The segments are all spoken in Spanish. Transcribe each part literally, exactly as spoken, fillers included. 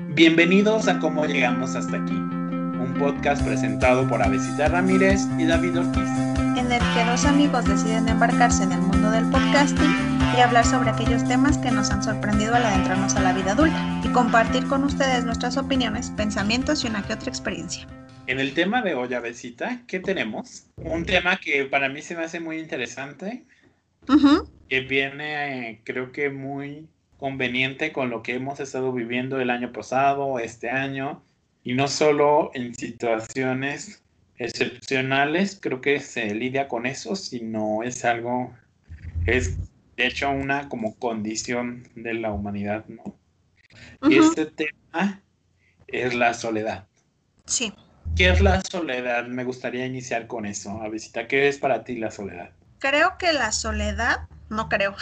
Bienvenidos a Cómo Llegamos Hasta Aquí, un podcast presentado por Avesita Ramírez y David Ortiz, en el que dos amigos deciden embarcarse en el mundo del podcasting y hablar sobre aquellos temas que nos han sorprendido al adentrarnos a la vida adulta y compartir con ustedes nuestras opiniones, pensamientos y una que otra experiencia. En el tema de hoy, Avesita, ¿qué tenemos? Un tema que para mí se me hace muy interesante, uh-huh. que viene, eh, creo que muy conveniente con lo que hemos estado viviendo el año pasado, este año, y no solo en situaciones excepcionales, creo que se lidia con eso, sino es algo, es de hecho una como condición de la humanidad, ¿no? Uh-huh. Y este tema es la soledad. Sí. ¿Qué es la soledad? Me gustaría iniciar con eso. Avesita, ¿qué es para ti la soledad? Creo que la soledad, no creo,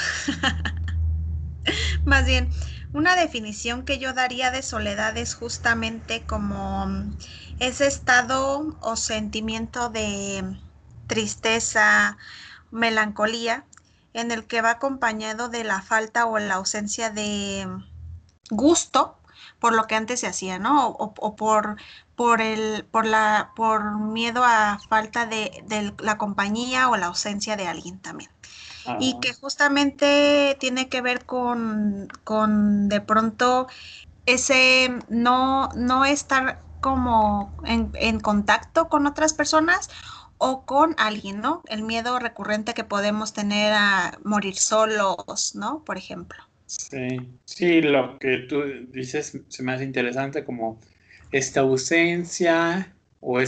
más bien, una definición que yo daría de soledad es justamente como ese estado o sentimiento de tristeza, melancolía, en el que va acompañado de la falta o la ausencia de gusto por lo que antes se hacía, ¿no? O, o por, por, el, por, la, por miedo a falta de, de la compañía o la ausencia de alguien también. Ah. Y que justamente tiene que ver con, con de pronto ese no, no estar como en, en contacto con otras personas o con alguien, ¿no? El miedo recurrente que podemos tener a morir solos, ¿no? Por ejemplo. Sí, sí, lo que tú dices se me hace interesante, como esta ausencia o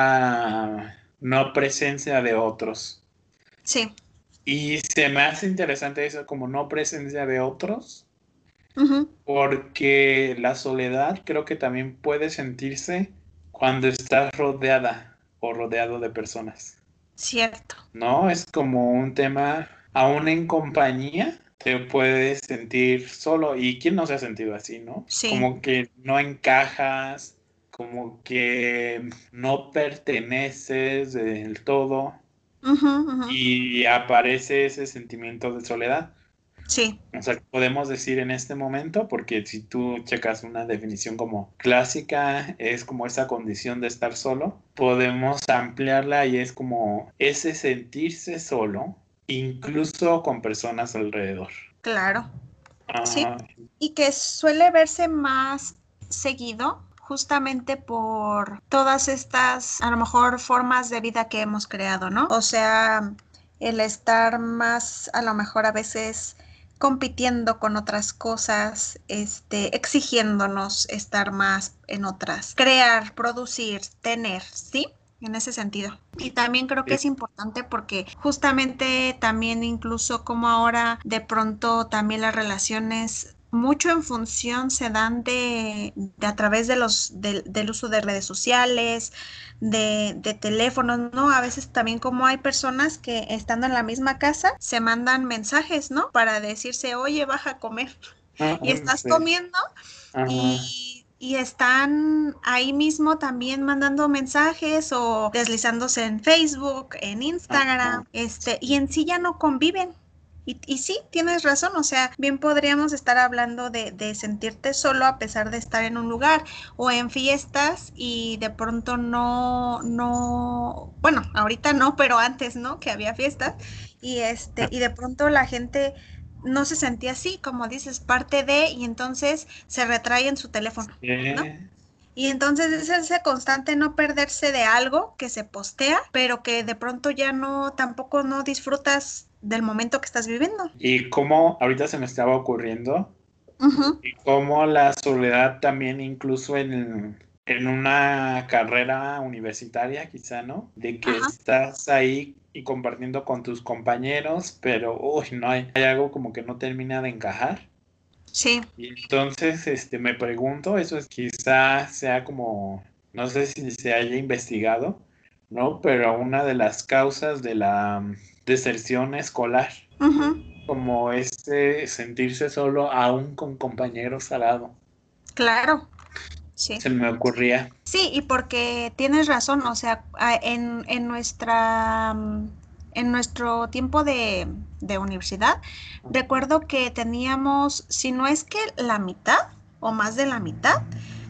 esta no presencia de otros. Sí. Y se me hace interesante eso, como no presencia de otros, uh-huh. porque la soledad creo que también puede sentirse cuando estás rodeada o rodeado de personas. Cierto. ¿No? Es como un tema, aún en compañía, te puedes sentir solo. ¿Y quién no se ha sentido así, no? Sí. Como que no encajas, como que no perteneces del todo. Uh-huh, uh-huh. Y aparece ese sentimiento de soledad. Sí. O sea, podemos decir en este momento, porque si tú checas una definición como clásica, es como esa condición de estar solo, podemos ampliarla y es como ese sentirse solo, incluso con personas alrededor. Claro. Ajá. Sí. Y que suele verse más seguido justamente por todas estas, a lo mejor, formas de vida que hemos creado, ¿no? O sea, el estar más, a lo mejor a veces compitiendo con otras cosas, este, exigiéndonos estar más en otras, crear, producir, tener, ¿sí? En ese sentido. Y también creo que es importante porque justamente también incluso como ahora de pronto también las relaciones mucho en función se dan de, de a través de los de, del uso de redes sociales, de, de teléfonos, ¿no? A veces también como hay personas que estando en la misma casa se mandan mensajes, ¿no? Para decirse, oye, baja a comer. Ah, Y estás sí. comiendo Ajá. y, y están ahí mismo también mandando mensajes o deslizándose en Facebook, en Instagram, Ajá. este, y en sí ya no conviven. Y, y sí, tienes razón, o sea, bien podríamos estar hablando de, de sentirte solo a pesar de estar en un lugar o en fiestas y de pronto no, no, bueno, ahorita no, pero antes, ¿no? Que había fiestas y este, y de pronto la gente no se sentía así, como dices, parte de, y entonces se retrae en su teléfono, ¿no? Yeah. Y entonces es ese constante no perderse de algo que se postea, pero que de pronto ya no, tampoco no disfrutas del momento que estás viviendo. Y cómo ahorita se me estaba ocurriendo, uh-huh. y cómo la soledad también incluso en, en una carrera universitaria quizá, ¿no? De que Ajá. estás ahí y compartiendo con tus compañeros, pero uy, no hay, hay algo como que no termina de encajar. Sí. Y entonces este, me pregunto, eso es quizá sea como, no sé si se haya investigado, ¿no? Pero una de las causas de la mm, deserción escolar, uh-huh. como este sentirse solo aún con compañeros al lado. Claro, sí. Se me ocurría. Sí, y porque tienes razón, o sea, a- en, en nuestra, mm, en nuestro tiempo de, de universidad, recuerdo que teníamos, si no es que la mitad o más de la mitad,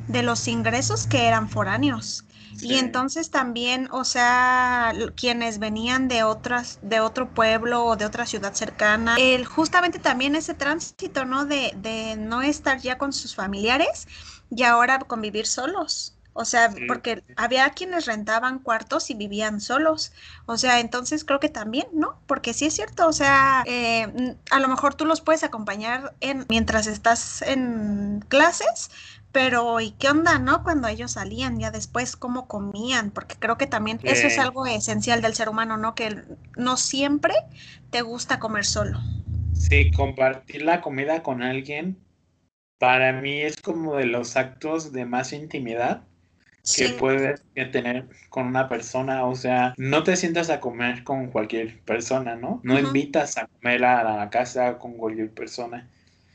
de los ingresos que eran foráneos. Y Sí, entonces también, o sea, l- quienes venían de otras, de otro pueblo o de otra ciudad cercana, el, justamente también ese tránsito, ¿no? De, de no estar ya con sus familiares y ahora convivir solos. O sea, sí, porque había quienes rentaban cuartos y vivían solos. O sea, entonces creo que también, ¿no? Porque sí es cierto, o sea, eh, n- a lo mejor tú los puedes acompañar en, mientras estás en clases, pero ¿y qué onda, no? Cuando ellos salían, ya después, ¿cómo comían? Porque creo que también eso es sí. algo esencial del ser humano, ¿no? Que no siempre te gusta comer solo. Sí, compartir la comida con alguien para mí es como de los actos de más intimidad que Sí, puedes tener con una persona. O sea, no te sientas a comer con cualquier persona, ¿no? No ujú, invitas a comer a la casa con cualquier persona,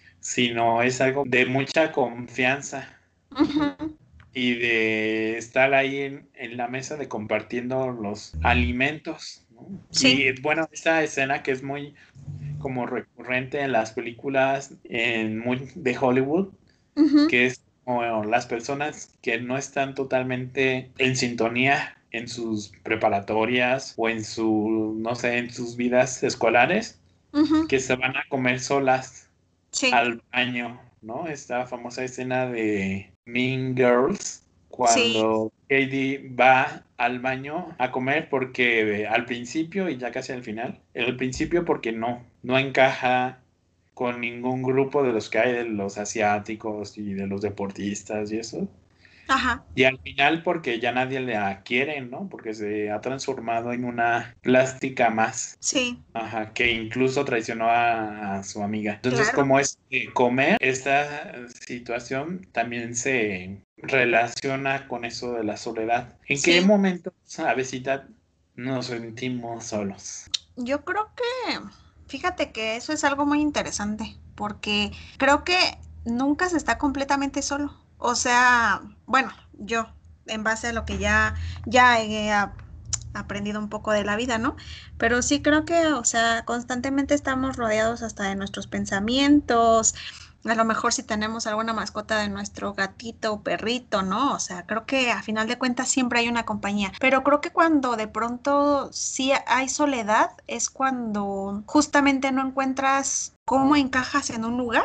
sino es algo de mucha confianza ujú, y de estar ahí en, en la mesa de compartiendo los alimentos, ¿no? sí, Y bueno, esta escena que es muy como recurrente en las películas en muy, de Hollywood, ujú, que es como las personas que no están totalmente en sintonía en sus preparatorias o en su, no sé, en sus vidas escolares, ujú, que se van a comer solas sí, al baño, ¿no? Esta famosa escena de Mean Girls, sí, cuando Katie va al baño a comer porque eh, al principio y ya casi al final, al principio porque no, no encaja con ningún grupo de los que hay de los asiáticos y de los deportistas y eso. ajá, Y al final porque ya nadie la quiere, ¿no? Porque se ha transformado en una plástica más. sí, Ajá, que incluso traicionó a, a su amiga. Entonces, claro, como es de comer, esta situación también se relaciona con eso de la soledad. ¿En qué sí. momento, Avesita, nos sentimos solos? Yo creo que, fíjate que eso es algo muy interesante, porque creo que nunca se está completamente solo. O sea, bueno, yo, en base a lo que ya, ya he a- aprendido un poco de la vida, ¿no? Pero sí creo que, o sea, constantemente estamos rodeados hasta de nuestros pensamientos. A lo mejor si tenemos alguna mascota de nuestro gatito o perrito, ¿no? O sea, creo que a final de cuentas siempre hay una compañía. Pero creo que cuando de pronto sí hay soledad es cuando justamente no encuentras cómo encajas en un lugar,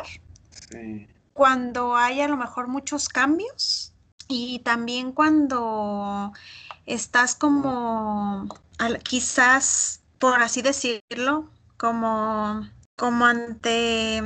Sí, cuando hay a lo mejor muchos cambios y también cuando estás como al- quizás, por así decirlo, como, como ante,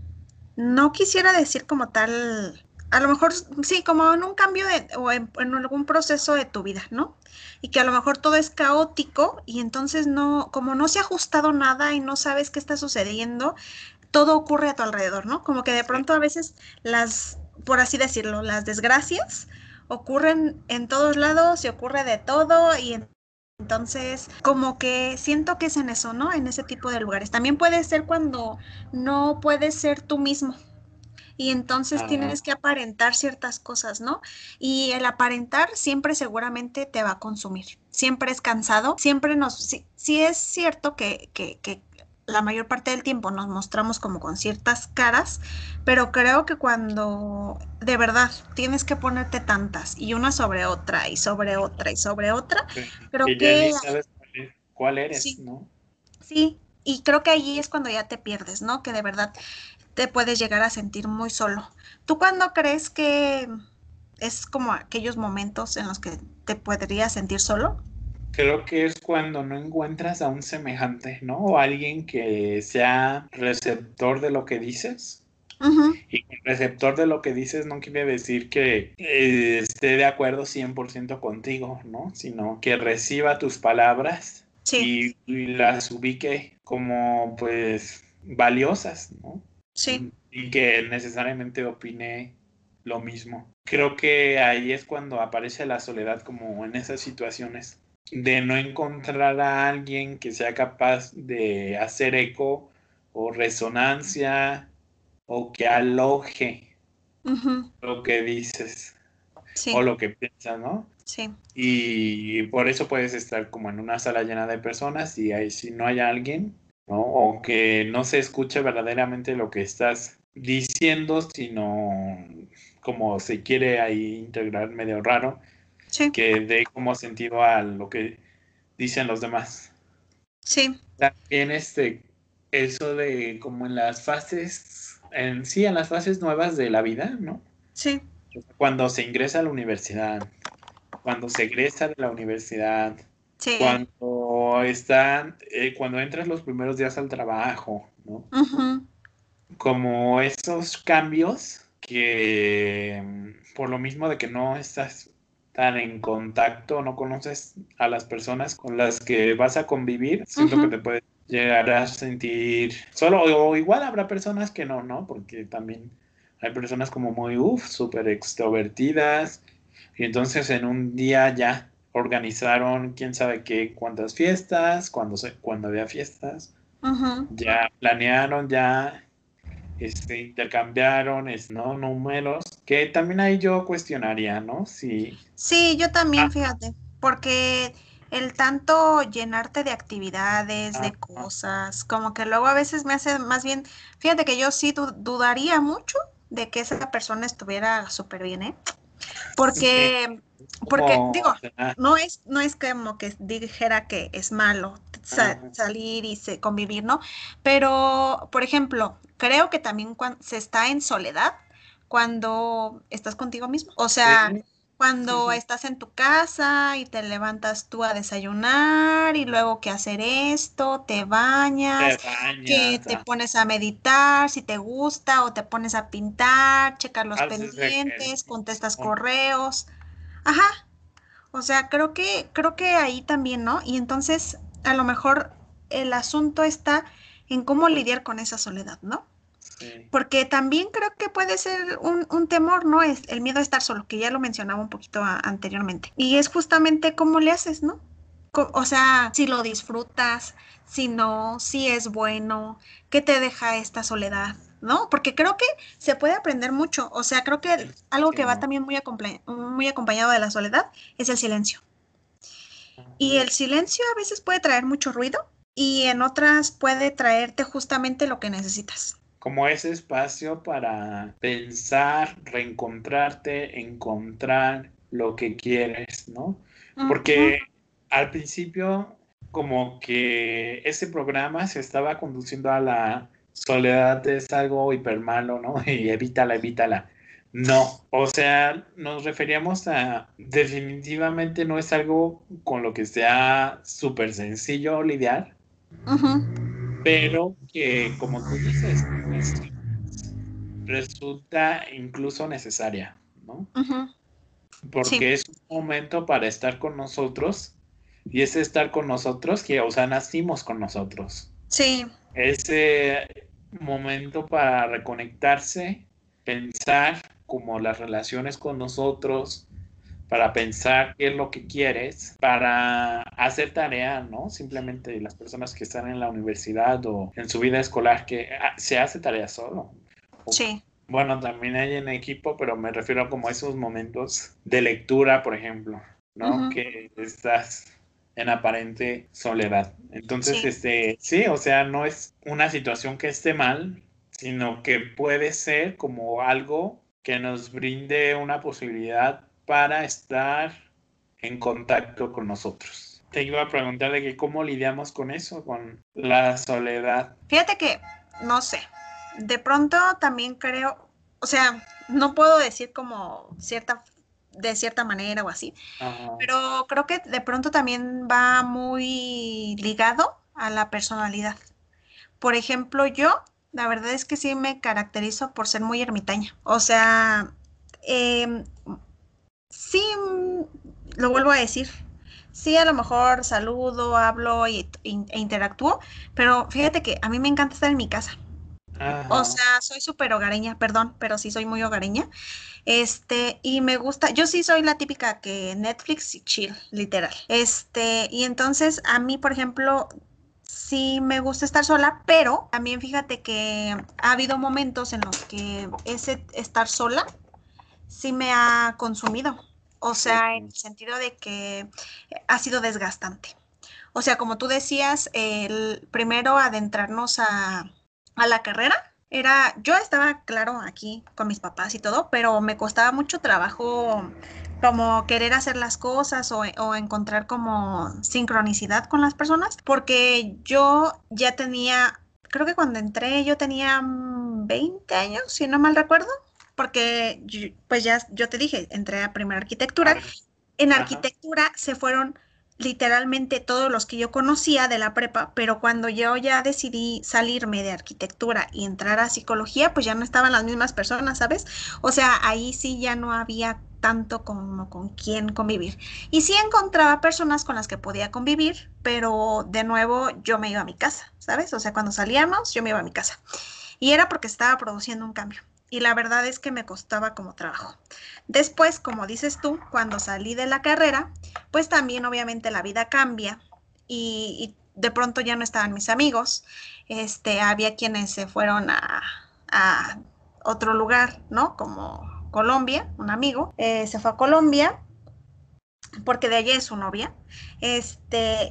no quisiera decir como tal, a lo mejor sí, como en un cambio de, o en, en algún proceso de tu vida, ¿no? Y que a lo mejor todo es caótico y entonces no, como no se ha ajustado nada y no sabes qué está sucediendo, todo ocurre a tu alrededor, ¿no? Como que de sí. pronto a veces las, por así decirlo, las desgracias ocurren en todos lados y ocurre de todo y en- entonces como que siento que es en eso, ¿no? En ese tipo de lugares. También puede ser cuando no puedes ser tú mismo y entonces Ah, tienes que aparentar ciertas cosas, ¿no? Y el aparentar siempre seguramente te va a consumir, siempre es cansado, siempre nos, sí, sí es cierto que, que, que la mayor parte del tiempo nos mostramos como con ciertas caras, pero creo que cuando de verdad tienes que ponerte tantas y una sobre otra y sobre otra y sobre otra, sí. creo Que ya ni que sabes cuál, es- cuál eres, sí, ¿no? sí. Y creo que allí es cuando ya te pierdes, ¿no? Que de verdad te puedes llegar a sentir muy solo. ¿Tú cuándo crees que es como aquellos momentos en los que te podrías sentir solo? Creo que es cuando no encuentras a un semejante, ¿no? O alguien que sea receptor de lo que dices. Ujú, Y con receptor de lo que dices no quiere decir que eh, esté de acuerdo cien por ciento contigo, ¿no? Sino que reciba tus palabras sí, y, y las ubique como pues valiosas, ¿no? sí, Y que necesariamente opine lo mismo. Creo que ahí es cuando aparece la soledad, como en esas situaciones de no encontrar a alguien que sea capaz de hacer eco o resonancia o que aloje ujú, lo que dices o sí, lo que piensas, ¿no? sí, Y por eso puedes estar como en una sala llena de personas y ahí si no hay alguien, ¿no? O que no se escuche verdaderamente lo que estás diciendo, sino como se quiere ahí integrar medio raro, Sí, que dé como sentido a lo que dicen los demás. sí, También este, eso de como en las fases, en sí, en las fases nuevas de la vida, ¿no? sí, Cuando se ingresa a la universidad, cuando se egresa de la universidad, sí. cuando están, eh, cuando entras los primeros días al trabajo, ¿no? Ujú, Como esos cambios que mm, por lo mismo de que no estás tan en contacto, no conoces a las personas con las que vas a convivir, siento que ujú. te puedes llegar a sentir solo, o igual habrá personas que no, ¿no? Porque también hay personas como muy, uff, súper extrovertidas, y entonces en un día ya organizaron quién sabe qué, cuántas fiestas, cuando, se, cuando había fiestas, Ujú. ya planearon, ya este, intercambiaron, es, ¿no? Números, que también ahí yo cuestionaría, ¿no? Si, Sí, yo ah, también, fíjate, porque el tanto llenarte de actividades, de ah, ah, cosas, como que luego a veces me hace más bien, fíjate que yo sí du- dudaría mucho de que esa persona estuviera súper bien, ¿eh? sí, Porque, porque como, digo, o sea, no es, no es como que dijera que es malo sa- ah, salir y se, convivir, ¿no? Pero, por ejemplo, creo que también cuando se está en soledad cuando estás contigo mismo. O sea, sí, sí, cuando sí, estás en tu casa y te levantas tú a desayunar y luego que hacer esto, te te bañas, que bañas, te ah, pones a meditar si te gusta o te pones a pintar, checar los haces pendientes, contestas ejercicio, correos. Ajá, o sea, creo que creo que ahí también, ¿no? Y entonces, a lo mejor el asunto está en cómo lidiar con esa soledad, ¿no? sí, Porque también creo que puede ser un, un temor, ¿no? Es el miedo a estar solo, que ya lo mencionaba un poquito a- anteriormente. Y es justamente cómo le haces, ¿no? Co- O sea, si lo disfrutas, si no, si es bueno, qué te deja esta soledad, ¿no? Porque creo que se puede aprender mucho. O sea, creo que algo que va muchísimo. también muy, acompa- muy acompañado de la soledad es el silencio. Y Ujú. el silencio a veces puede traer mucho ruido y en otras puede traerte justamente lo que necesitas. Como ese espacio para pensar, reencontrarte, encontrar lo que quieres, ¿no? Ujú, Porque al principio como que ese programa se estaba conduciendo a la soledad es algo hiper malo, ¿no? Y evítala, evítala. No, o sea, nos referíamos a definitivamente no es algo con lo que sea súper sencillo lidiar, ujú, pero que como tú dices, resulta incluso necesaria, ¿no? ujú. Sí, Porque es un momento para estar con nosotros y ese estar con nosotros que, o sea, nacimos con nosotros. sí, Ese momento para reconectarse, pensar como las relaciones con nosotros, para pensar qué es lo que quieres, para hacer tarea, ¿no? Simplemente las personas que están en la universidad o en su vida escolar que ah, se hace tarea solo. O, sí. bueno, también hay en equipo, pero me refiero a como esos momentos de lectura, por ejemplo, ¿no? Ujú, Que estás en aparente soledad. Entonces, sí, este, sí, o sea, no es una situación que esté mal, sino que puede ser como algo que nos brinde una posibilidad para estar en contacto con nosotros. Te iba a preguntar de que cómo lidiamos con eso, con la soledad. fíjate que, no sé, de pronto también creo, o sea, no puedo decir como cierta, de cierta manera o así, Ajá. pero creo que de pronto también va muy ligado a la personalidad. Por ejemplo, yo, la verdad es que sí me caracterizo por ser muy ermitaña. O sea, em, sí, mm, lo vuelvo a decir. Sí, a lo mejor saludo, hablo y, in- e interactúo, pero fíjate que a mí me encanta estar en mi casa. O Ajá. sea, soy súper hogareña, perdón, pero sí soy muy hogareña. Este, y me gusta, yo sí soy la típica que Netflix y chill, literal. Este, y entonces a mí, por ejemplo, sí me gusta estar sola, pero también fíjate que ha habido momentos en los que ese estar sola sí me ha consumido. O Sí. sea, en el sentido de que ha sido desgastante. O sea, como tú decías, el primero adentrarnos a, a la carrera Era, yo estaba, claro, aquí con mis papás y todo, pero me costaba mucho trabajo como querer hacer las cosas o, o encontrar como sincronicidad con las personas, porque yo ya tenía, creo que cuando entré yo tenía mm, veinte años, si no mal recuerdo, porque yo- pues ya, yo te dije, entré a primera arquitectura. Ar- En Ajá. arquitectura se fueron literalmente todos los que yo conocía de la prepa, pero cuando yo ya decidí salirme de arquitectura y entrar a psicología, pues ya no estaban las mismas personas, ¿sabes? O sea, ahí sí ya no había tanto como con quién convivir. Y sí encontraba personas con las que podía convivir, pero de nuevo yo me iba a mi casa, ¿sabes? O sea, cuando salíamos, yo me iba a mi casa. Y era porque estaba produciendo un cambio. Y la verdad es que me costaba como trabajo. Después, como dices tú, cuando salí de la carrera, pues también obviamente la vida cambia y, y de pronto ya no estaban mis amigos. Este, había quienes se fueron a, a otro lugar, ¿no? Como Colombia, un amigo, eh, se fue a Colombia porque de allí es su novia. Este,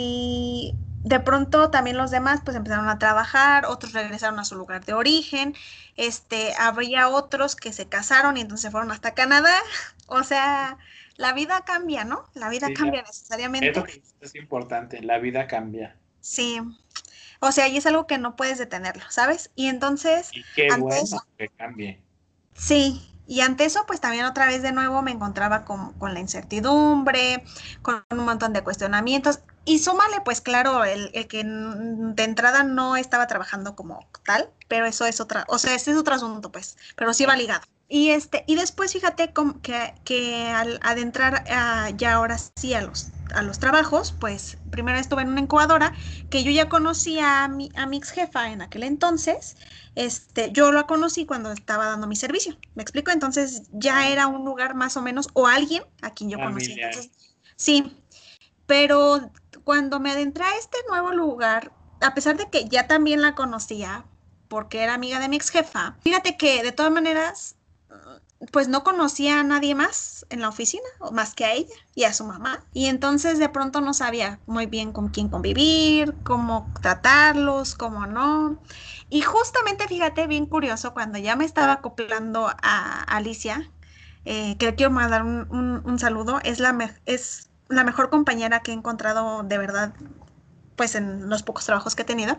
y de pronto también los demás pues empezaron a trabajar, otros regresaron a su lugar de origen, este, habría otros que se casaron y entonces fueron hasta Canadá. O sea, la vida cambia, ¿no? La vida Sí, la- cambia necesariamente. eso que dices es importante, la vida cambia. Sí. O sea, y es algo que no puedes detenerlo, ¿sabes? Y entonces, Y qué ante eso, bueno que cambie. sí, y ante eso, pues también otra vez de nuevo me encontraba con, con la incertidumbre, con un montón de cuestionamientos. Y súmale, pues claro, el, el que n- de entrada no estaba trabajando como tal, pero eso es otra, o sea, ese es otro asunto, pues, pero sí va Ajá. ligado. Y este, y después fíjate com- que, que al adentrar ah, ya ahora sí a los, a los trabajos, pues primero estuve en una incubadora que yo ya conocía a mi, a mi ex jefa en aquel entonces. Este, yo lo conocí cuando estaba dando mi servicio, ¿me explico? Entonces ya Ah, era un lugar más o menos, o alguien a quien yo conocía. familiar. Entonces, sí, pero cuando me adentré a este nuevo lugar, a pesar de que ya también la conocía, porque era amiga de mi ex jefa, fíjate que de todas maneras, pues no conocía a nadie más en la oficina, o más que a ella y a su mamá. Y entonces de pronto no sabía muy bien con quién convivir, cómo tratarlos, cómo no. Y justamente, fíjate, bien curioso, cuando ya me estaba acoplando a Alicia, eh, que le quiero mandar un, un- un saludo, es la, me- es la mejor compañera que he encontrado de verdad, pues en los pocos trabajos que he tenido.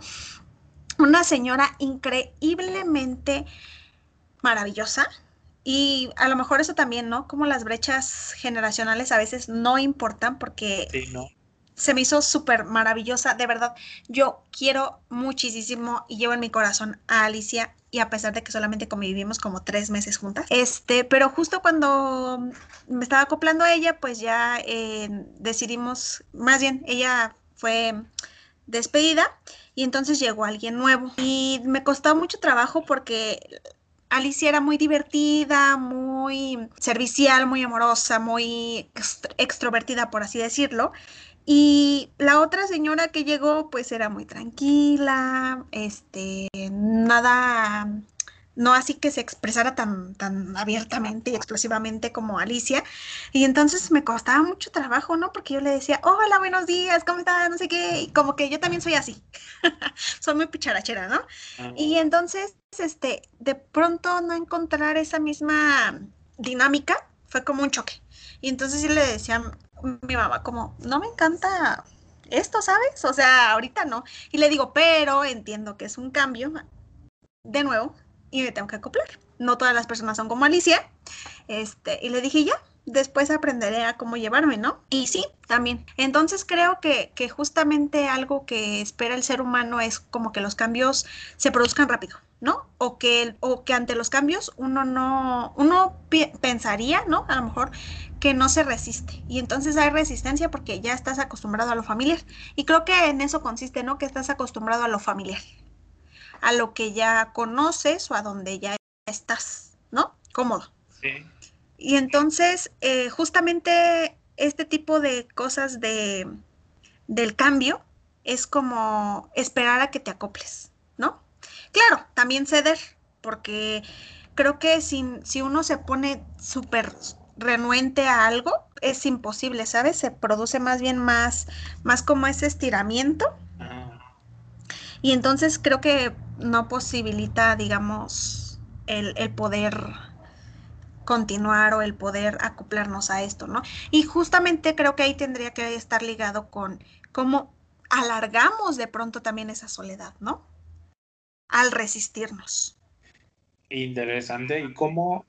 Una señora increíblemente maravillosa. Y a lo mejor eso también, ¿no? Como las brechas generacionales a veces no importan porque Sí, ¿no? se me hizo súper maravillosa. De verdad, yo quiero muchísimo y llevo en mi corazón a Alicia. Y a pesar de que solamente convivimos como tres meses juntas, este, pero justo cuando me estaba acoplando a ella, pues ya eh, decidimos, más bien, ella fue despedida y entonces llegó alguien nuevo. Y me costó mucho trabajo porque Alicia era muy divertida, muy servicial, muy amorosa, muy extro- extrovertida, por así decirlo. Y la otra señora que llegó, pues era muy tranquila, este, nada, no así que se expresara tan, tan abiertamente y explosivamente como Alicia. Y entonces me costaba mucho trabajo, ¿no? Porque yo le decía, hola, buenos días, ¿cómo estás? No sé qué. Y como que yo también soy así. Soy muy picharachera, ¿no? Y Ah, entonces, este, de pronto no encontrar esa misma dinámica fue como un choque. Y entonces sí le decía a mi mamá como, no me encanta esto, ¿sabes? O sea, ahorita no. Y le digo, pero entiendo que es un cambio, de nuevo, y me tengo que acoplar. No todas las personas son como Alicia. Este, y le dije, ya, después aprenderé a cómo llevarme, ¿no? Y sí, también. Entonces creo que, que justamente algo que espera el ser humano es como que los cambios se produzcan rápido, ¿no? O que, o que ante los cambios uno no, uno pi- pensaría, ¿no? A lo mejor que no se resiste. Y entonces hay resistencia porque ya estás acostumbrado a lo familiar. Y creo que en eso consiste, ¿no? Que estás acostumbrado a lo familiar, a lo que ya conoces o a donde ya estás, ¿no? Cómodo. sí. Y entonces, eh, justamente este tipo de cosas de, del cambio es como esperar a que te acoples, ¿no? Claro, también ceder, porque creo que si, si uno se pone súper renuente a algo, es imposible, ¿sabes? Se produce más bien más, más como ese estiramiento Ah, y entonces creo que no posibilita, digamos, el, el poder continuar o el poder acoplarnos a esto, ¿no? Y justamente creo que ahí tendría que estar ligado con cómo alargamos de pronto también esa soledad, ¿no? Al resistirnos. Interesante. Y cómo,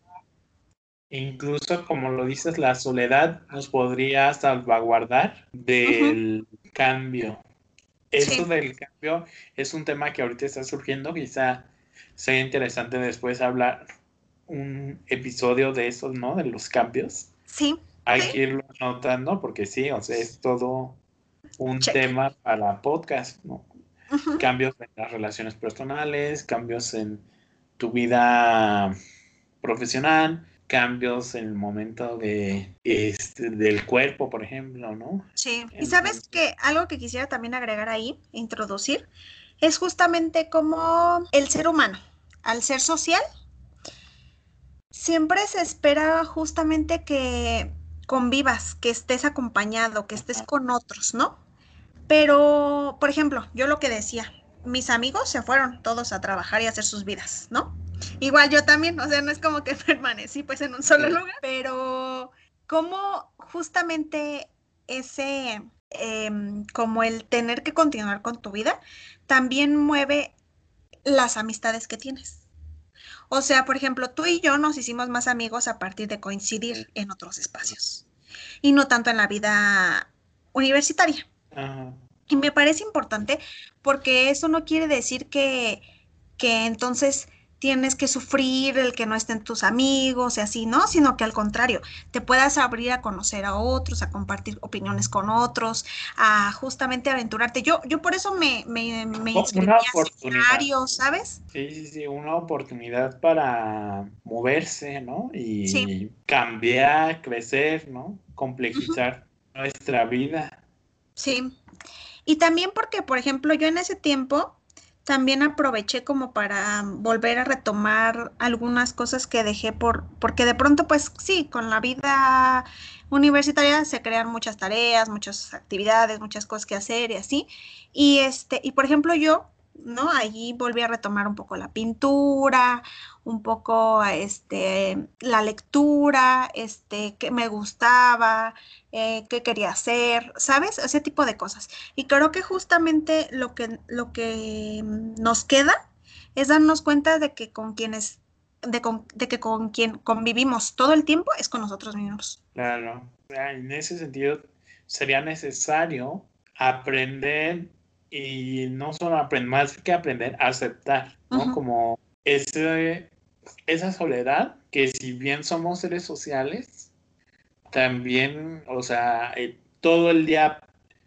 incluso como lo dices, la soledad nos podría salvaguardar Ujú, del cambio. Eso sí, del cambio es un tema que ahorita está surgiendo. Quizá sea interesante después hablar un episodio de esos, ¿no? De los cambios. sí, Hay sí, que irlo anotando porque sí, o sea, es todo un check. tema para podcast, ¿no? Ujú, Cambios en las relaciones personales, cambios en tu vida profesional, cambios en el momento de, este, del cuerpo, por ejemplo, ¿no? sí. Y sabes Entonces, que algo que quisiera también agregar ahí, introducir, es justamente como el ser humano, al ser social, siempre se espera justamente que convivas, que estés acompañado, que estés ajá, con otros, ¿no? Pero, por ejemplo, yo lo que decía, mis amigos se fueron todos a trabajar y a hacer sus vidas, ¿no? Igual yo también, o sea, no es como que permanecí pues en un solo sí, lugar, pero como justamente ese, em, como el tener que continuar con tu vida, también mueve las amistades que tienes. O sea, por ejemplo, tú y yo nos hicimos más amigos a partir de sí, coincidir en otros espacios y no tanto en la vida universitaria. ajá. Y me parece importante porque eso no quiere decir que, que entonces tienes que sufrir el que no estén tus amigos y así, ¿no? Sino que al contrario, te puedas abrir a conocer a otros, a compartir opiniones con otros, a justamente aventurarte. Yo, yo por eso me, me, me inscribí Una a oportunidad. seminarios, ¿sabes? Sí, sí, sí, una oportunidad para moverse, ¿no? Sí. Y cambiar, crecer, ¿no? Ujú, Complejizar nuestra vida. sí. Y también porque, por ejemplo, yo en ese tiempo también aproveché como para volver a retomar algunas cosas que dejé por, porque de pronto, pues sí, con la vida universitaria se crean muchas tareas, muchas actividades, muchas cosas que hacer y así. Y este, y por ejemplo, yo, ¿no? Allí volví a retomar un poco la pintura, un poco este, la lectura, este, que me gustaba, eh, qué quería hacer, ¿sabes? Ese tipo de cosas. Y creo que justamente lo que, lo que mm, nos queda es darnos cuenta de que con quienes, de, con- de que con quien convivimos todo el tiempo es con nosotros mismos. Claro. Ah, en ese sentido, sería necesario aprender y no solo aprender, más que aprender, aceptar, ¿no? Ujú, Como ese, esa soledad, que si bien somos seres sociales, también, o sea, eh, todo el día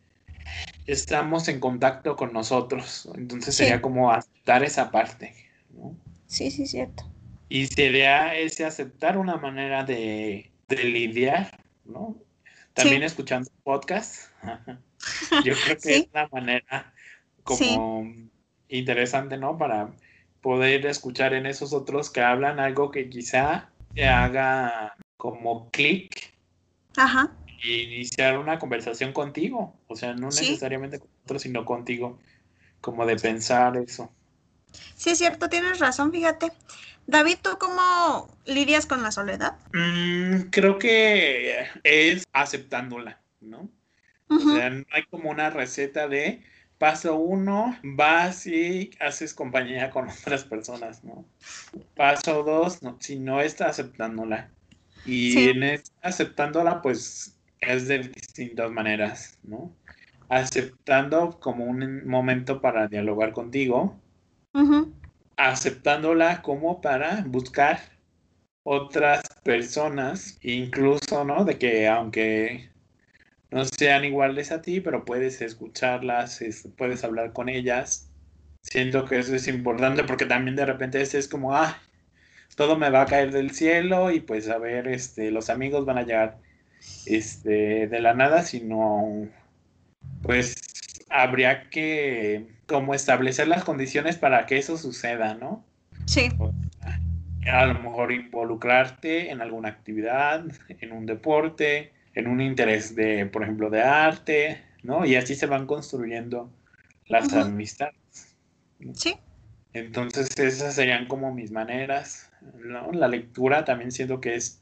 estamos en contacto con nosotros. Entonces sería sí, como aceptar esa parte, ¿no? sí, sí, cierto. Y sería ese aceptar una manera de, de lidiar, ¿no? También Sí, escuchando podcast. Yo creo que es sí, una manera sí, como interesante, ¿no? Para poder escuchar en esos otros que hablan algo que quizá te haga como clic ajá, e iniciar una conversación contigo. O sea, no sí, necesariamente con otros, sino contigo. Como de sí, pensar eso. sí, es cierto, tienes razón, fíjate. David, ¿tú cómo lidias con la soledad? Mm, creo que es aceptándola, ¿no? O Ujú, sea, no hay como una receta de paso uno, vas y haces compañía con otras personas, ¿no? Paso dos, no, si no está aceptándola. sí, Y en esta aceptándola, pues es de distintas maneras, ¿no? Aceptando como un momento para dialogar contigo, ujú, aceptándola como para buscar otras personas, incluso, ¿no? De que aunque no sean iguales a ti, pero puedes escucharlas, es- puedes hablar con ellas. Siento que eso es importante porque también de repente este es como, ah, todo me va a caer del cielo y pues a ver, este, los amigos van a llegar, este, de la nada, sino, pues habría que como establecer las condiciones para que eso suceda, ¿no? sí, A lo mejor involucrarte en alguna actividad, en un deporte, en un interés de, por ejemplo, de arte, ¿no? Y así se van construyendo las ujú, amistades, ¿no? sí. Entonces esas serían como mis maneras, ¿no? La lectura también siento que es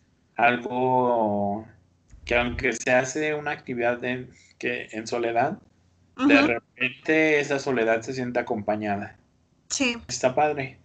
algo que aunque se hace una actividad en, que en soledad, de Ujú, repente esa soledad se siente acompañada. sí, Está padre.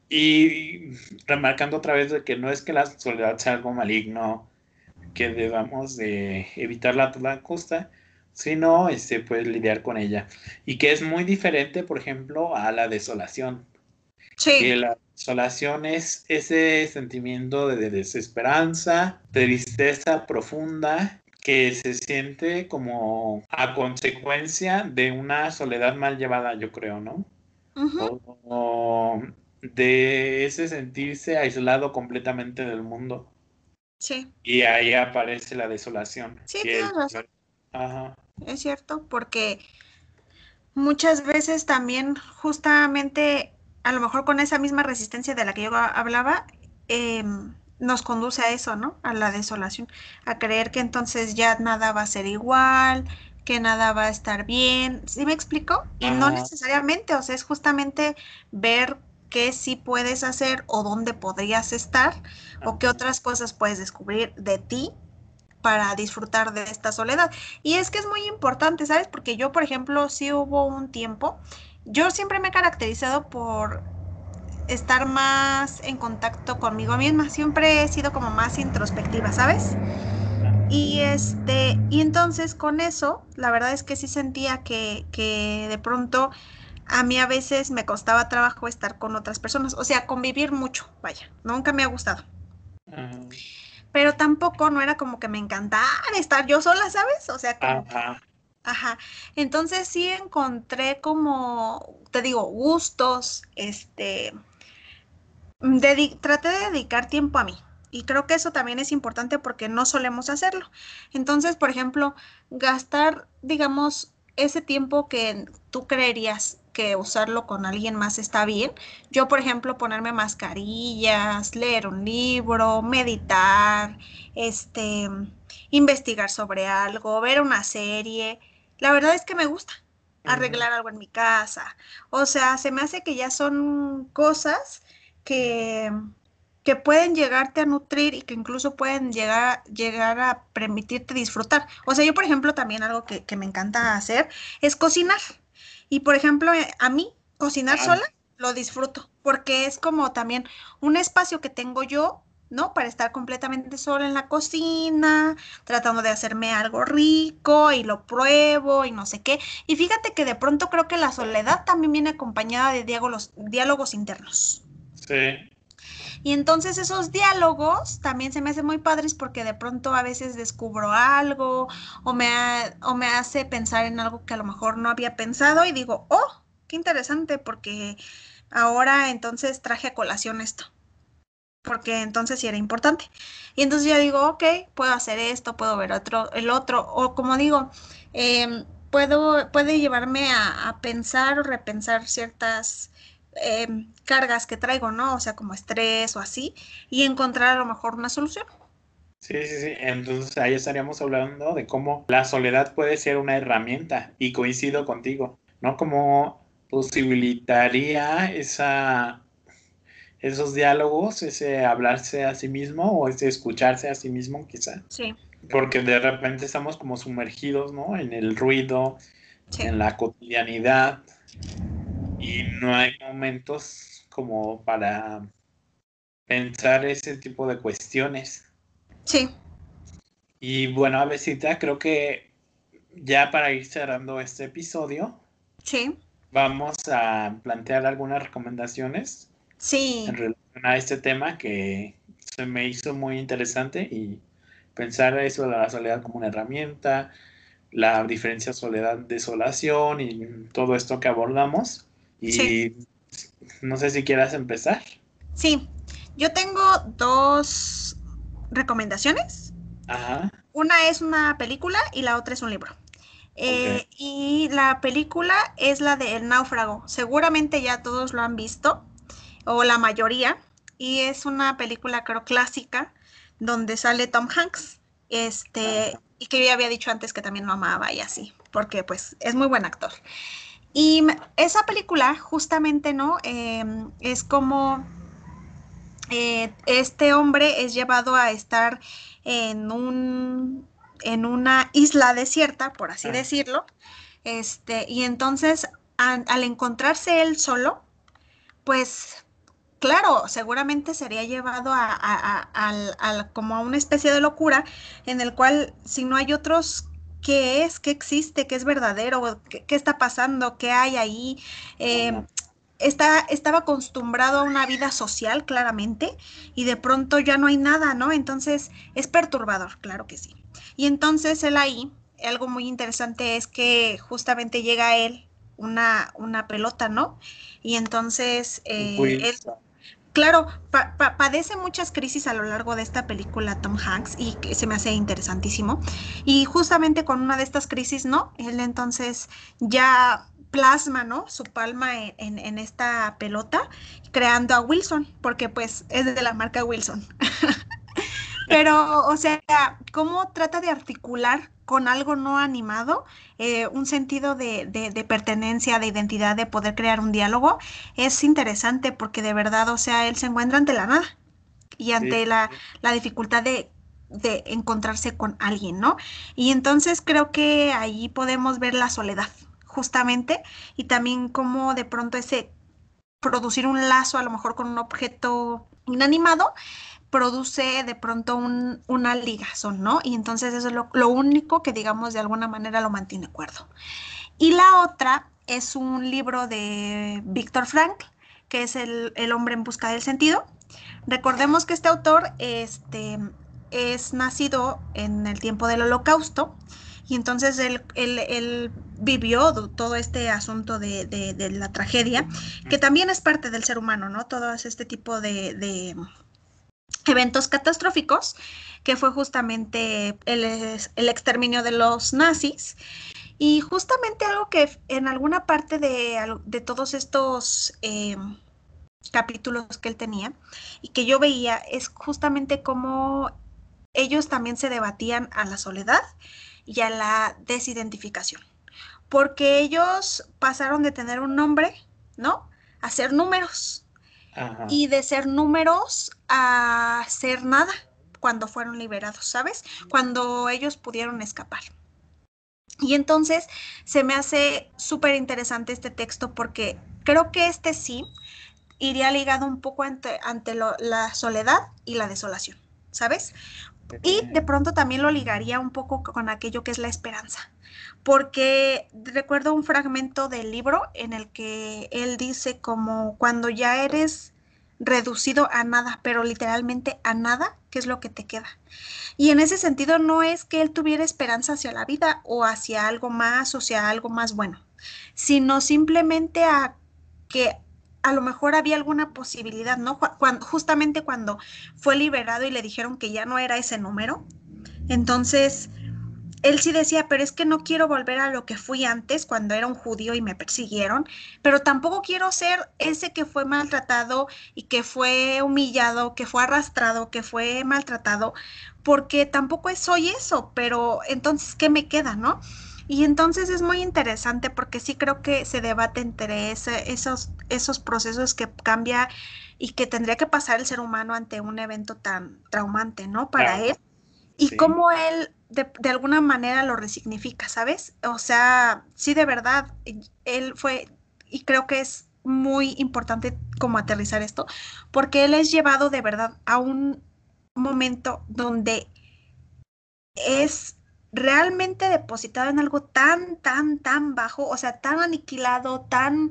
Y remarcando otra vez de que no es que la soledad sea algo maligno, que debamos de evitarla a toda costa, sino este, pues lidiar con ella. Y que es muy diferente, por ejemplo, a la desolación. sí, Que la desolación es ese sentimiento de desesperanza, de tristeza profunda que se siente como a consecuencia de una soledad mal llevada, yo creo, ¿no? ujú, O, o de ese sentirse aislado completamente del mundo. sí, Y ahí aparece la desolación, sí, que tienes es... razón, Ajá, es cierto, porque muchas veces también justamente, a lo mejor con esa misma resistencia de la que yo ha- hablaba, em, nos conduce a eso, ¿no? A la desolación, a creer que entonces ya nada va a ser igual, que nada va a estar bien. ¿Sí me explico? Y no ajá, necesariamente, o sea, es justamente ver qué sí puedes hacer o dónde podrías estar o qué ajá, otras cosas puedes descubrir de ti para disfrutar de esta soledad. Y es que es muy importante, ¿sabes? Porque yo, por ejemplo, sí hubo un tiempo, yo siempre me he caracterizado por estar más en contacto conmigo misma, siempre he sido como más introspectiva, ¿sabes? Y este, y entonces con eso, la verdad es que sí sentía que, que de pronto a mí a veces me costaba trabajo estar con otras personas, o sea, convivir mucho, vaya, nunca me ha gustado. ajá, Pero tampoco no era como que me encantara estar yo sola, ¿sabes? O sea, como que, ajá, ajá. Entonces sí encontré como, te digo, gustos, este, dedi- traté de dedicar tiempo a mí. Y creo que eso también es importante porque no solemos hacerlo. Entonces, por ejemplo, gastar, digamos, ese tiempo que tú creerías que usarlo con alguien más está bien. Yo, por ejemplo, ponerme mascarillas, leer un libro, meditar, este, investigar sobre algo, ver una serie. La verdad es que me gusta ujú. arreglar algo en mi casa. O sea, se me hace que ya son cosas que, que pueden llegarte a nutrir y que incluso pueden llegar, llegar a permitirte disfrutar. O sea, yo, por ejemplo, también algo que, que me encanta hacer es cocinar. Y, por ejemplo, eh, a mí, cocinar Ah, sola lo disfruto, porque es como también un espacio que tengo yo, ¿no? Para estar completamente sola en la cocina, tratando de hacerme algo rico y lo pruebo y no sé qué. Y fíjate que de pronto creo que la soledad también viene acompañada de diálogos, diálogos internos. sí, Y entonces esos diálogos también se me hacen muy padres porque de pronto a veces descubro algo o me, ha- o me hace pensar en algo que a lo mejor no había pensado y digo, oh, qué interesante porque ahora entonces traje a colación esto, porque entonces sí era importante. Y entonces ya digo, ok, puedo hacer esto, puedo ver otro, el otro, o como digo, em, puedo, puede llevarme a, a pensar o repensar ciertas em, cargas que traigo, ¿no? O sea, como estrés o así, y encontrar a lo mejor una solución. sí, sí, sí. Entonces ahí estaríamos hablando de cómo la soledad puede ser una herramienta y coincido contigo, ¿no? Como posibilitaría esa, esos diálogos, ese hablarse a sí mismo o ese escucharse a sí mismo quizá, Sí, porque de repente estamos como sumergidos, ¿no? En el ruido, sí, en la cotidianidad y no hay momentos como para pensar ese tipo de cuestiones. sí, Y bueno, Avesita, creo que ya para ir cerrando este episodio, sí, vamos a plantear algunas recomendaciones en sí, relación a este tema que se me hizo muy interesante y pensar eso de la soledad como una herramienta, la diferencia soledad-desolación y todo esto que abordamos. sí, Y no sé si quieras empezar. sí. Yo tengo dos recomendaciones. Ajá, Una es una película y la otra es un libro. ok. Eh, y la película es la de El Náufrago. Seguramente ya todos lo han visto, o la mayoría. Y es una película, creo, clásica, donde sale Tom Hanks. Este, Ajá, y que yo ya había dicho antes que también lo amaba y así, porque pues es muy buen actor. Y esa película, justamente, ¿no? Eh, es como eh, este hombre es llevado a estar en un, en una isla desierta, por así Ah, decirlo, este, y entonces a- al encontrarse él solo, pues claro, seguramente sería llevado a, a- a- al- al- como a una especie de locura en el cual si no hay otros, ¿qué es? ¿Qué existe? ¿Qué es verdadero? ¿Qué, qué está pasando? ¿Qué hay ahí? Eh, ah, está, estaba acostumbrado a una vida social, claramente, y de pronto ya no hay nada, ¿no? Entonces es perturbador, claro que sí. Y entonces él ahí, algo muy interesante es que justamente llega a él una, una pelota, ¿no? Y entonces eh, él Wilson. claro, pa pa padece muchas crisis a lo largo de esta película Tom Hanks y que se me hace interesantísimo. Y justamente con una de estas crisis, ¿no? Él entonces ya plasma, ¿no? Su palma en, en, en esta pelota, creando a Wilson, porque pues es de la marca Wilson. Pero, o sea, cómo trata de articular con algo no animado eh, un sentido de, de, de pertenencia, de identidad, de poder crear un diálogo, es interesante porque de verdad, o sea, él se encuentra ante la nada y Sí, ante la, la dificultad de, de encontrarse con alguien, ¿no? Y entonces creo que ahí podemos ver la soledad, justamente, y también cómo de pronto ese producir un lazo a lo mejor con un objeto inanimado produce de pronto un, una ligazón, ¿no? Y entonces eso es lo, lo único que, digamos, de alguna manera lo mantiene cuerdo. Y la otra es un libro de Víctor Frankl, que es el, el hombre en busca del sentido. Recordemos que este autor este, es nacido en el tiempo del Holocausto y entonces él, él, él vivió todo este asunto de, de, de, la tragedia, que también es parte del ser humano, ¿no? Todo este tipo de, de eventos catastróficos, que fue justamente el, el exterminio de los nazis. Y justamente algo que en alguna parte de, de todos estos eh, capítulos que él tenía y que yo veía es justamente cómo ellos también se debatían a la soledad y a la desidentificación, porque ellos pasaron de tener un nombre, ¿no? A ser números ajá. y de ser números a ser nada cuando fueron liberados, ¿sabes? Cuando ellos pudieron escapar. Y entonces se me hace súper interesante este texto porque creo que este sí iría ligado un poco ante, ante lo, la soledad y la desolación, ¿sabes? Y Eh, de pronto también lo ligaría un poco con aquello que es la esperanza, porque recuerdo un fragmento del libro en el que él dice como cuando ya eres reducido a nada, pero literalmente a nada, ¿qué es lo que te queda? Y en ese sentido no es que él tuviera esperanza hacia la vida o hacia algo más o hacia algo más bueno, sino simplemente a que a lo mejor había alguna posibilidad, ¿no? Cuando, justamente cuando fue liberado y le dijeron que ya no era ese número, entonces él sí decía, pero es que no quiero volver a lo que fui antes cuando era un judío y me persiguieron, pero tampoco quiero ser ese que fue maltratado y que fue humillado, que fue arrastrado, que fue maltratado, porque tampoco soy eso, pero entonces, ¿qué me queda, no? Y entonces es muy interesante porque sí creo que se debate entre ese, esos, esos procesos que cambia y que tendría que pasar el ser humano ante un evento tan traumante, ¿no? Para él claro, y sí. cómo él de, de, alguna manera lo resignifica, ¿sabes? O sea, sí, de verdad, él fue, y creo que es muy importante como aterrizar esto, porque él es llevado de verdad a un momento donde es realmente depositado en algo tan, tan, tan bajo, o sea, tan aniquilado, tan,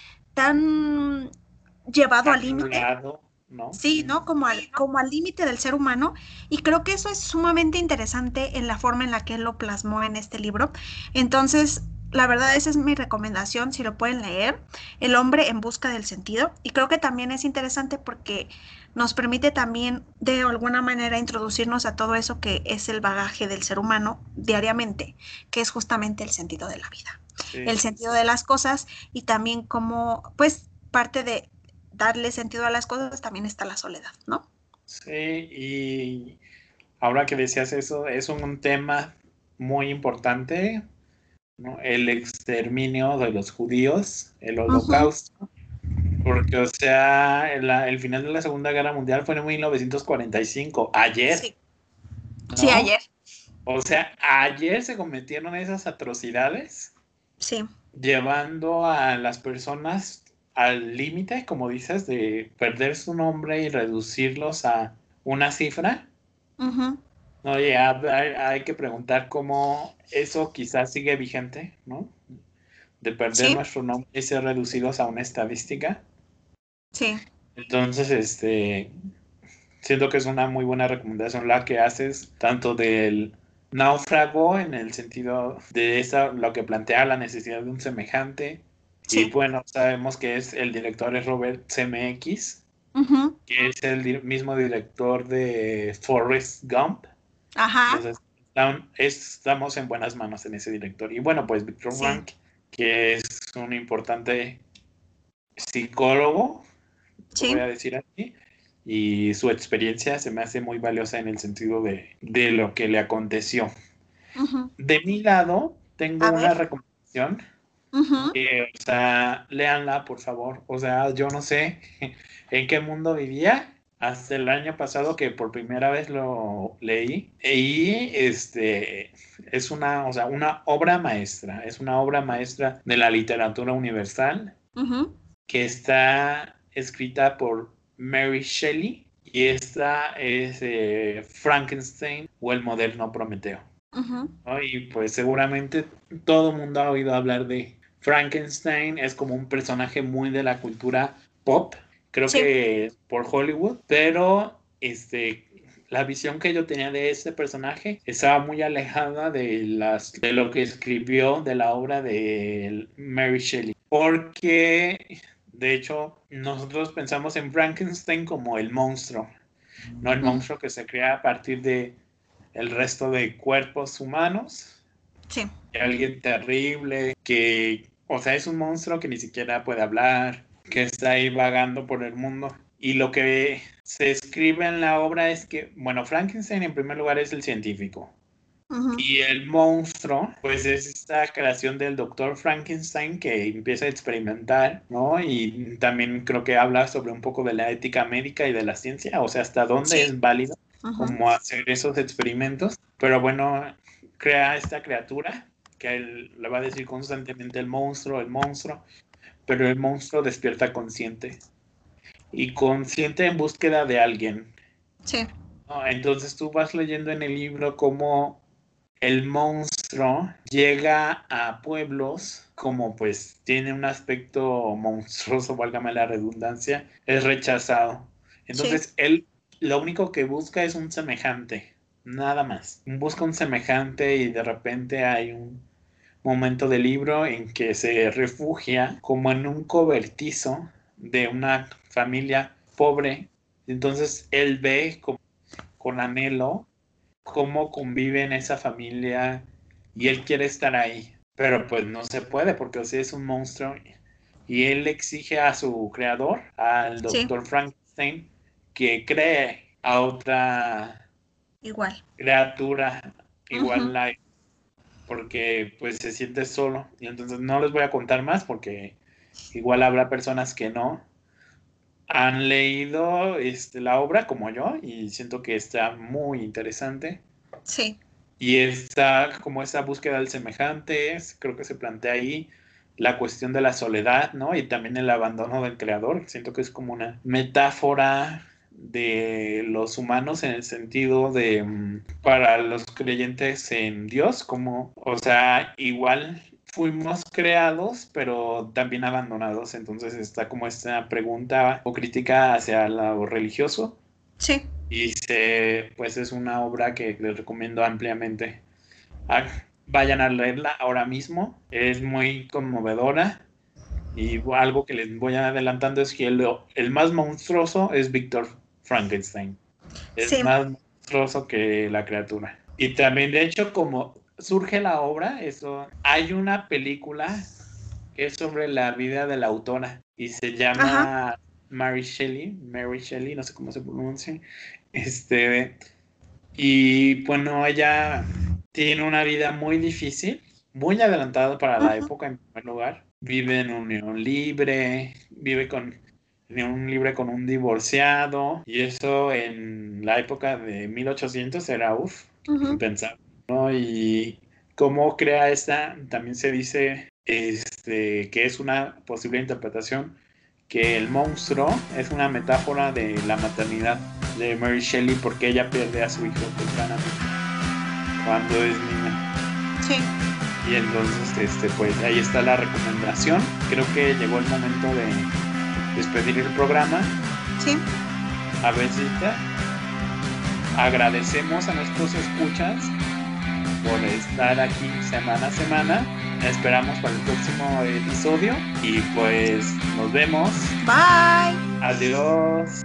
tan llevado al límite. Anulado, ¿no? Sí, ¿no? Ujú. Como al, como al límite del ser humano. Y creo que eso es sumamente interesante en la forma en la que él lo plasmó en este libro. Entonces, la verdad, esa es mi recomendación, si lo pueden leer, El hombre en busca del sentido. Y creo que también es interesante porque nos permite también, de alguna manera, introducirnos a todo eso que es el bagaje del ser humano diariamente, que es justamente el sentido de la vida, el Sí, sentido de las cosas y también como, pues, parte de darle sentido a las cosas, también está la soledad, ¿no? sí, y ahora que decías eso, es un tema muy importante ¿no? El exterminio de los judíos, el Ujú. holocausto, porque, o sea, el, el final de la Segunda Guerra Mundial fue en mil novecientos cuarenta y cinco, ayer, Sí, sí, ¿no? ayer. O sea, ayer se cometieron esas atrocidades, Sí. llevando a las personas al límite, como dices, de perder su nombre y reducirlos a una cifra. Ujú. No, ya hay, hay que preguntar cómo eso quizás sigue vigente, ¿no? De perder Sí, nuestro nombre y ser reducidos a una estadística. sí, Entonces, este, siento que es una muy buena recomendación la que haces, tanto del náufrago en el sentido de esa, lo que plantea la necesidad de un semejante. Y sí. bueno, sabemos que es el director es Robert Zemeckis, Ujú. que es el di- mismo director de Forrest Gump. Ajá, Entonces, están- estamos en buenas manos en ese director. Y bueno, pues Victor sí, Frank, que es un importante psicólogo, lo voy sí. a decir así, y su experiencia se me hace muy valiosa en el sentido de, de lo que le aconteció. Ujú. De mi lado, tengo A ver. una recomendación, Ujú. que, o sea, léanla, por favor. O sea, yo no sé en qué mundo vivía hasta el año pasado que por primera vez lo leí. Y este es una, o sea, una obra maestra, es una obra maestra de la literatura universal Ujú. que está escrita por Mary Shelley y esta es eh, Frankenstein o el moderno Prometeo. Ujú. ¿No? Y pues seguramente todo el mundo ha oído hablar de Frankenstein, es como un personaje muy de la cultura pop, creo Sí. que por Hollywood, pero este, la visión que yo tenía de ese personaje estaba muy alejada de, las, de lo que escribió de la obra de Mary Shelley, porque de hecho nosotros pensamos en Frankenstein como el monstruo, no el Ujú. monstruo que se crea a partir de el resto de cuerpos humanos, Sí. y alguien terrible que, o sea, es un monstruo que ni siquiera puede hablar, que está ahí vagando por el mundo. Y lo que se escribe en la obra es que, bueno, Frankenstein en primer lugar es el científico. Ujú. Y el monstruo, pues es esta creación del doctor Frankenstein que empieza a experimentar, ¿no? Y también creo que habla sobre un poco de la ética médica y de la ciencia, o sea, hasta dónde Sí. es válido Ujú. como hacer esos experimentos. Pero bueno, crea esta criatura que él le va a decir constantemente el monstruo, el monstruo, pero el monstruo despierta consciente y consciente en búsqueda de alguien, Sí. ¿no? Entonces tú vas leyendo en el libro cómo el monstruo llega a pueblos como pues tiene un aspecto monstruoso, válgame la redundancia, es rechazado. Sí. Entonces él lo único que busca es un semejante, nada más. Busca un semejante y de repente hay un momento del libro en que se refugia como en un cobertizo de una familia pobre. Entonces él ve con, con anhelo cómo convive en esa familia y él quiere estar ahí, pero pues no se puede porque o sea, es un monstruo y él exige a su creador, al Sí. doctor Frankenstein, que cree a otra Igual. criatura Ujú. igual a él, porque pues se siente solo y entonces no les voy a contar más porque igual habrá personas que no han leído este, la obra como yo y siento que está muy interesante. Sí. Y está como esa búsqueda del semejante, creo que se plantea ahí la cuestión de la soledad, ¿no? Y también el abandono del creador. Siento que es como una metáfora de los humanos en el sentido de, mm, para los creyentes en Dios, como, o sea, igual fuimos creados, pero también abandonados. Entonces está como esta pregunta o crítica hacia lo religioso Sí. y se, pues es una obra que les recomiendo ampliamente. Ah, vayan a leerla ahora mismo, es muy conmovedora y algo que les voy adelantando es que el, el más monstruoso es Víctor Frankenstein, es Sí. más monstruoso que la criatura. Y también de hecho como surge la obra, eso, hay una película que es sobre la vida de la autora y se Ajá. llama Mary Shelley, Mary Shelley, no sé cómo se pronuncia, este, y bueno, ella tiene una vida muy difícil muy adelantado para la Ujú. época en primer lugar. Vive en unión libre, vive con unión libre con un divorciado, y eso en la época de mil ochocientos era uff, Ujú. impensable, ¿no? Y cómo crea esta, también se dice este, que es una posible interpretación, que el monstruo es una metáfora de la maternidad de Mary Shelley, porque ella pierde a su hijo tempranamente cuando es niña. Sí. Y entonces, este, pues ahí está la recomendación. Creo que llegó el momento de despedir el programa. Sí. A ver, Cita, agradecemos a nuestros escuchas por estar aquí semana a semana. Esperamos para el próximo episodio y pues nos vemos. Bye. Adiós.